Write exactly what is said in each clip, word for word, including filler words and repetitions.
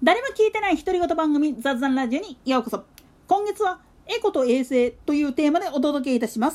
誰も聞いてない独り言番組雑談ラジオにようこそ。今月はエコと衛生というテーマでお届けいたします。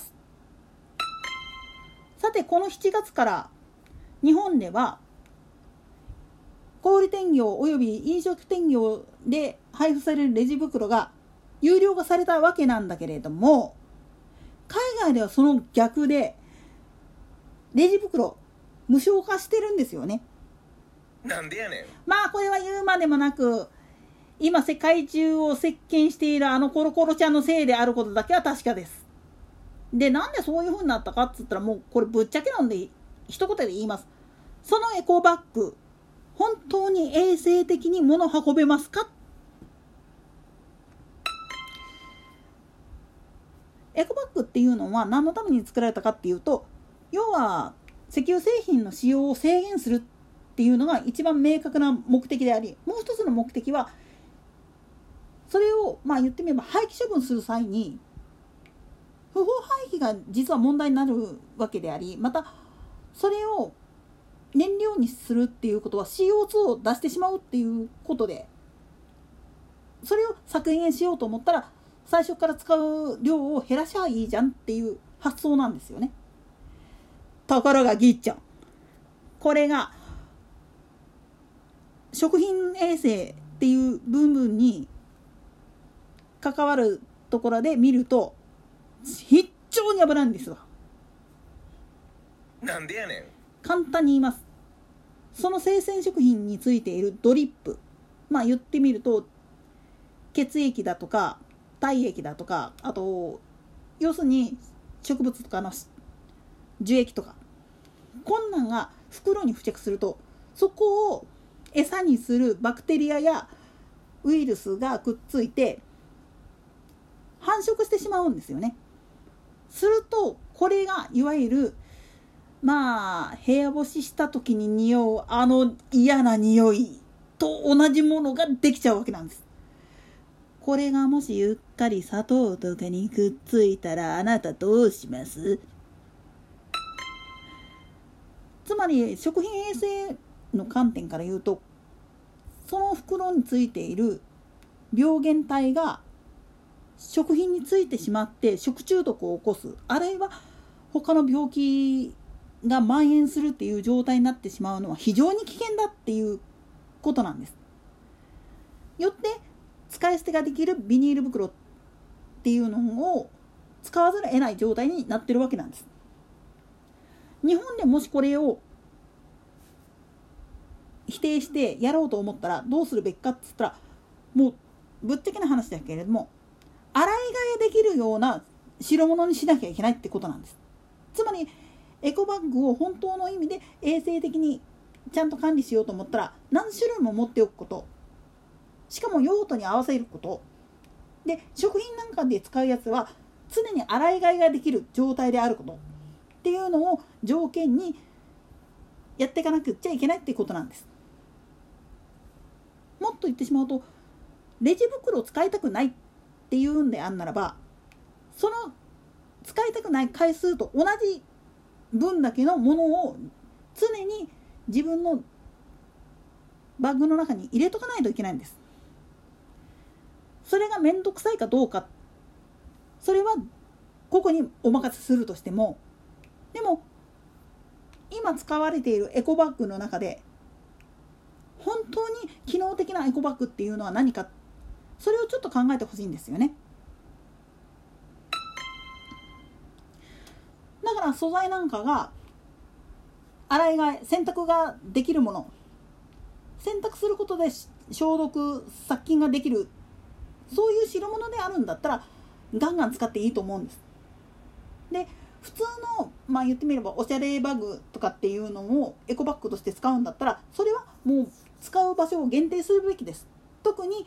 さて、このしちがつから日本では小売店業および飲食店業で配布されるレジ袋が有料化されたわけなんだけれども、海外ではその逆でレジ袋無償化してるんですよね。 なんでやねん。 まあこれは言うまでもなく、今世界中を席巻しているあのコロコロちゃんのせいであることだけは確かです。で、なんでそういう風になったかっつったら、もうこれぶっちゃけなんで一言で言います。そのエコバッグ、本当に衛生的に物運べますか？エコバッグっていうのは何のために作られたかっていうと、要は石油製品の使用を制限するっていうのが一番明確な目的であり、もう一つの目的はそれをまあ言ってみれば廃棄処分する際に不法廃棄が実は問題になるわけであり、またそれを燃料にするっていうことは シーオーツー を出してしまうっていうことで、それを削減しようと思ったら最初から使う量を減らしゃいいじゃんっていう発想なんですよね。ところがぎっちゃん、これが食品衛生っていう部分に関わるところで見ると非常に危ないんですわ。 なんでやねん。 簡単に言います。その生鮮食品についているドリップ、まあ言ってみると血液だとか体液だとか、あと要するに植物とかの樹液とか、こんなんが袋に付着すると、そこを餌にするバクテリアやウイルスがくっついて繁殖してしまうんですよね。するとこれがいわゆるまあ部屋干しした時に匂うあの嫌な匂いと同じものができちゃうわけなんです。これがもしゆっかり砂糖とかにくっついたらあなたどうします？つまり食品衛生の観点から言うと、その袋についている病原体が食品についてしまって食中毒を起こす、あるいは他の病気が蔓延するっていう状態になってしまうのは非常に危険だっていうことなんです。よって使い捨てができるビニール袋っていうのを使わざるを得ない状態になってるわけなんです。日本でもしこれを否定してやろうと思ったらどうするべきかって言ったら、もうぶっちゃけな話だけれども、洗い替えできるような代物にしなきゃいけないってことなんです。つまりエコバッグを本当の意味で衛生的にちゃんと管理しようと思ったら何種類も持っておくこと、しかも用途に合わせることで、食品なんかで使うやつは常に洗い替えができる状態であることっていうのを条件にやっていかなくちゃいけないっていうことなんです。もっと言ってしまうと、レジ袋を使いたくないっていうんであんならば、その使いたくない回数と同じ分だけのものを常に自分のバッグの中に入れとかないといけないんです。それがめんどくさいかどうか、それはここにお任せするとしても、でも今使われているエコバッグの中で本当に機能的なエコバッグっていうのは何か、それをちょっと考えてほしいんですよね。だから素材なんかが洗い替え、洗濯ができるもの、洗濯することで消毒殺菌ができる、そういう代物であるんだったらガンガン使っていいと思うんです。で、普通のまあ言ってみればおしゃれバッグとかっていうのをエコバッグとして使うんだったら、それはもう使う場所を限定するべきです。特に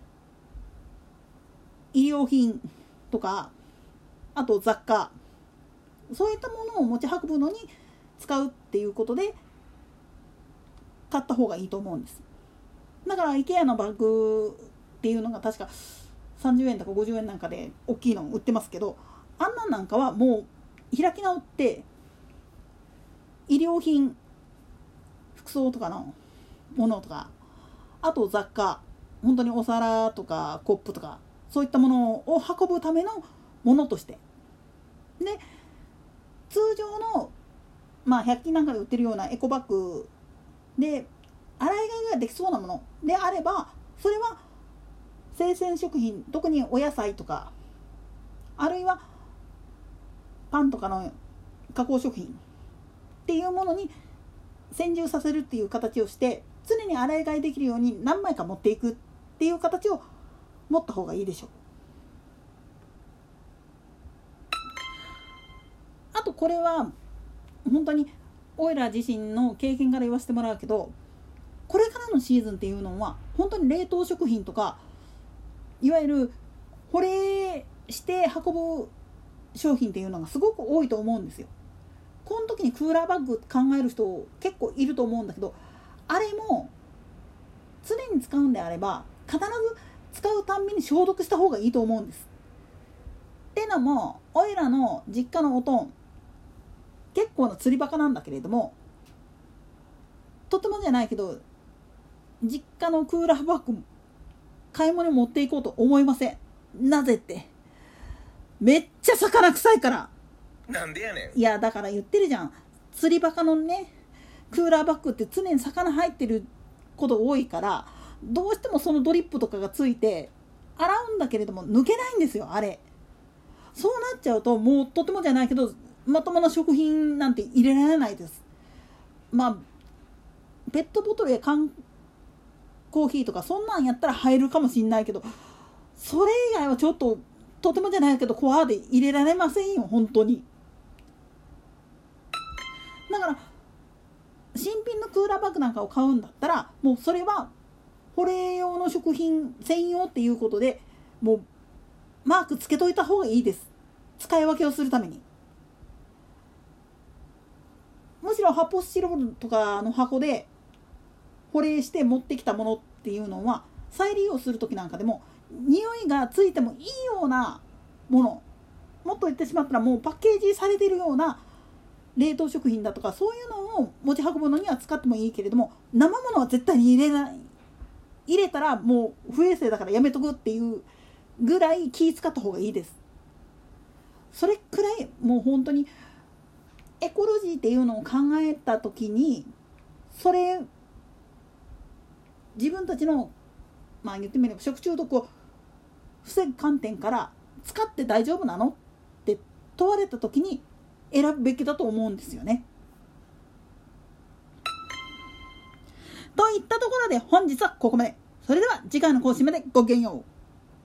医療品とか、あと雑貨、そういったものを持ち運ぶのに使うっていうことで買った方がいいと思うんです。だから IKEA のバッグっていうのが確かさんじゅうえんとかごじゅうえんなんかで大きいの売ってますけど、あんなんなんかはもう開き直って医療品、服装とかのものとか、あと雑貨、 本当にお皿とかコップとかそういったものを運ぶためのものとして、で通常のまあひゃく均なんかで売ってるようなエコバッグで洗い替えができそうなものであれば、それは生鮮食品、特にお野菜とかあるいはパンとかの加工食品っていうものに洗浄させるっていう形をして、常に洗い替えできるように何枚か持っていくっていう形を持った方がいいでしょう。あとこれは本当にオイラ自身の経験から言わせてもらうけど、これからのシーズンっていうのは本当に冷凍食品とかいわゆる保冷して運ぶ商品っていうのがすごく多いと思うんですよ。この時にクーラーバッグ考える人結構いると思うんだけど、あれも常に使うんであれば必ず使うたんびに消毒した方がいいと思うんです。ってのもオイラの実家のおとん結構な釣りバカなんだけれども、とてもじゃないけど実家のクーラーバッグ買い物に持っていこうと思いません。なぜって、めっちゃ魚臭いから。 なんでやねん。 いやだから言ってるじゃん、釣りバカのねクーラーバッグって常に魚入ってること多いから、どうしてもそのドリップとかがついて洗うんだけれども抜けないんですよ、あれ。そうなっちゃうともうとてもじゃないけどまともな食品なんて入れられないです。まあペットボトルや缶コーヒーとかそんなんやったら入るかもしんないけど、それ以外はちょっととてもじゃないけどコアで入れられませんよ本当に。だから新品のクーラーバッグなんかを買うんだったらもうそれは保冷用の食品専用っていうことでもうマークつけといた方がいいです、使い分けをするために。むしろ発泡スチロールとかの箱で保冷して持ってきたものっていうのは再利用する時なんかでも匂いがついてもいいようなもの、もっと言ってしまったらもうパッケージされているような冷凍食品だとかそういうのを持ち運ぶのには使ってもいいけれども、生ものは絶対に入れない、入れたらもう不衛生だからやめとくっていうぐらい気使った方がいいです。それくらいもう本当にエコロジーっていうのを考えた時に、それ自分たちのまあ言ってみれば食中毒を防ぐ観点から使って大丈夫なのって問われた時に選ぶべきだと思うんですよね。といったところで本日はここまで。それでは次回の更新までごきげんよう。